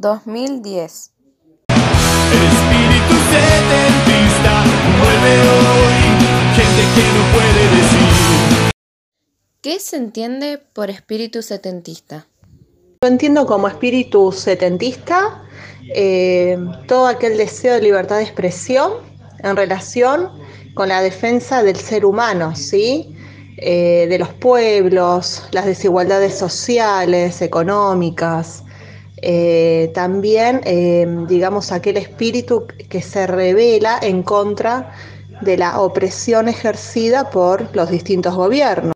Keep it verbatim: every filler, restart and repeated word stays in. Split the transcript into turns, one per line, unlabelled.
dos mil diez.
Espíritu setentista, vuelve hoy, gente que no puede decir.
¿Qué se entiende por espíritu setentista?
Yo entiendo como espíritu setentista eh, todo aquel deseo de libertad de expresión en relación con la defensa del ser humano, ¿sí? Eh, de los pueblos, las desigualdades sociales, económicas. Eh, también, eh, digamos, aquel espíritu que se revela en contra de la opresión ejercida por los distintos gobiernos.